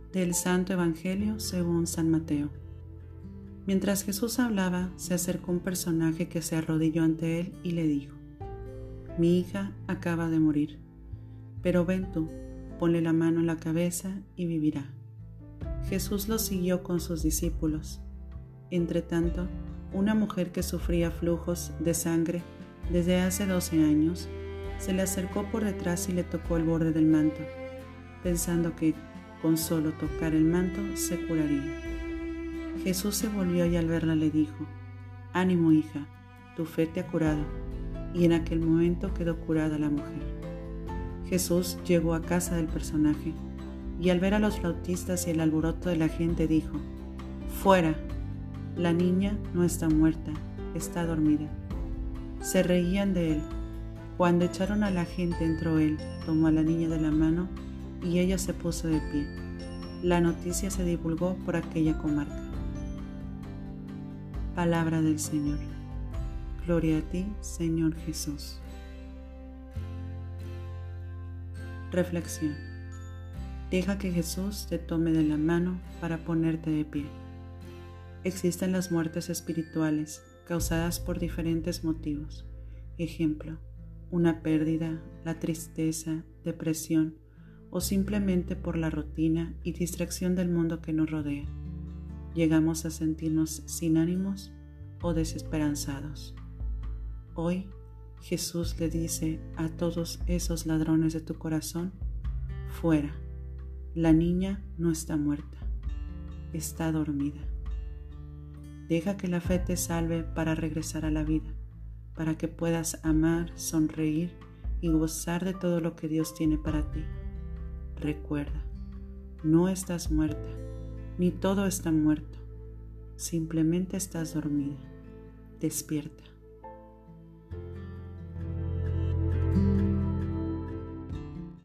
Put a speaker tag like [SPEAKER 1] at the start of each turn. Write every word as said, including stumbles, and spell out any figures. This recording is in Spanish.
[SPEAKER 1] Del Santo Evangelio según San Mateo. Mientras Jesús hablaba, se acercó un personaje que se arrodilló ante él y le dijo: Mi hija acaba de morir, pero ven tú, ponle la mano en la cabeza y vivirá. Jesús lo siguió con sus discípulos. Entretanto, una mujer que sufría flujos de sangre desde hace doce años, se le acercó por detrás y le tocó el borde del manto, pensando que con solo tocar el manto se curaría. Jesús se volvió y al verla le dijo: Ánimo, hija, tu fe te ha curado. Y en aquel momento quedó curada la mujer. Jesús llegó a casa del personaje y al ver a los flautistas y el alboroto de la gente dijo: Fuera, la niña no está muerta, está dormida. Se reían de él. Cuando echaron a la gente entró él, tomó a la niña de la mano y ella se puso de pie. La noticia se divulgó por aquella comarca. Palabra del Señor. Gloria a ti, Señor Jesús. Reflexión. Deja que Jesús te tome de la mano para ponerte de pie. Existen las muertes espirituales causadas por diferentes motivos. Ejemplo, una pérdida, la tristeza, depresión o simplemente por la rutina y distracción del mundo que nos rodea. Llegamos a sentirnos sin ánimos o desesperanzados. Hoy, Jesús le dice a todos esos ladrones de tu corazón: fuera, la niña no está muerta, está dormida. Deja que la fe te salve para regresar a la vida, para que puedas amar, sonreír y gozar de todo lo que Dios tiene para ti. Recuerda, no estás muerta, ni todo está muerto, simplemente estás dormida. Despierta.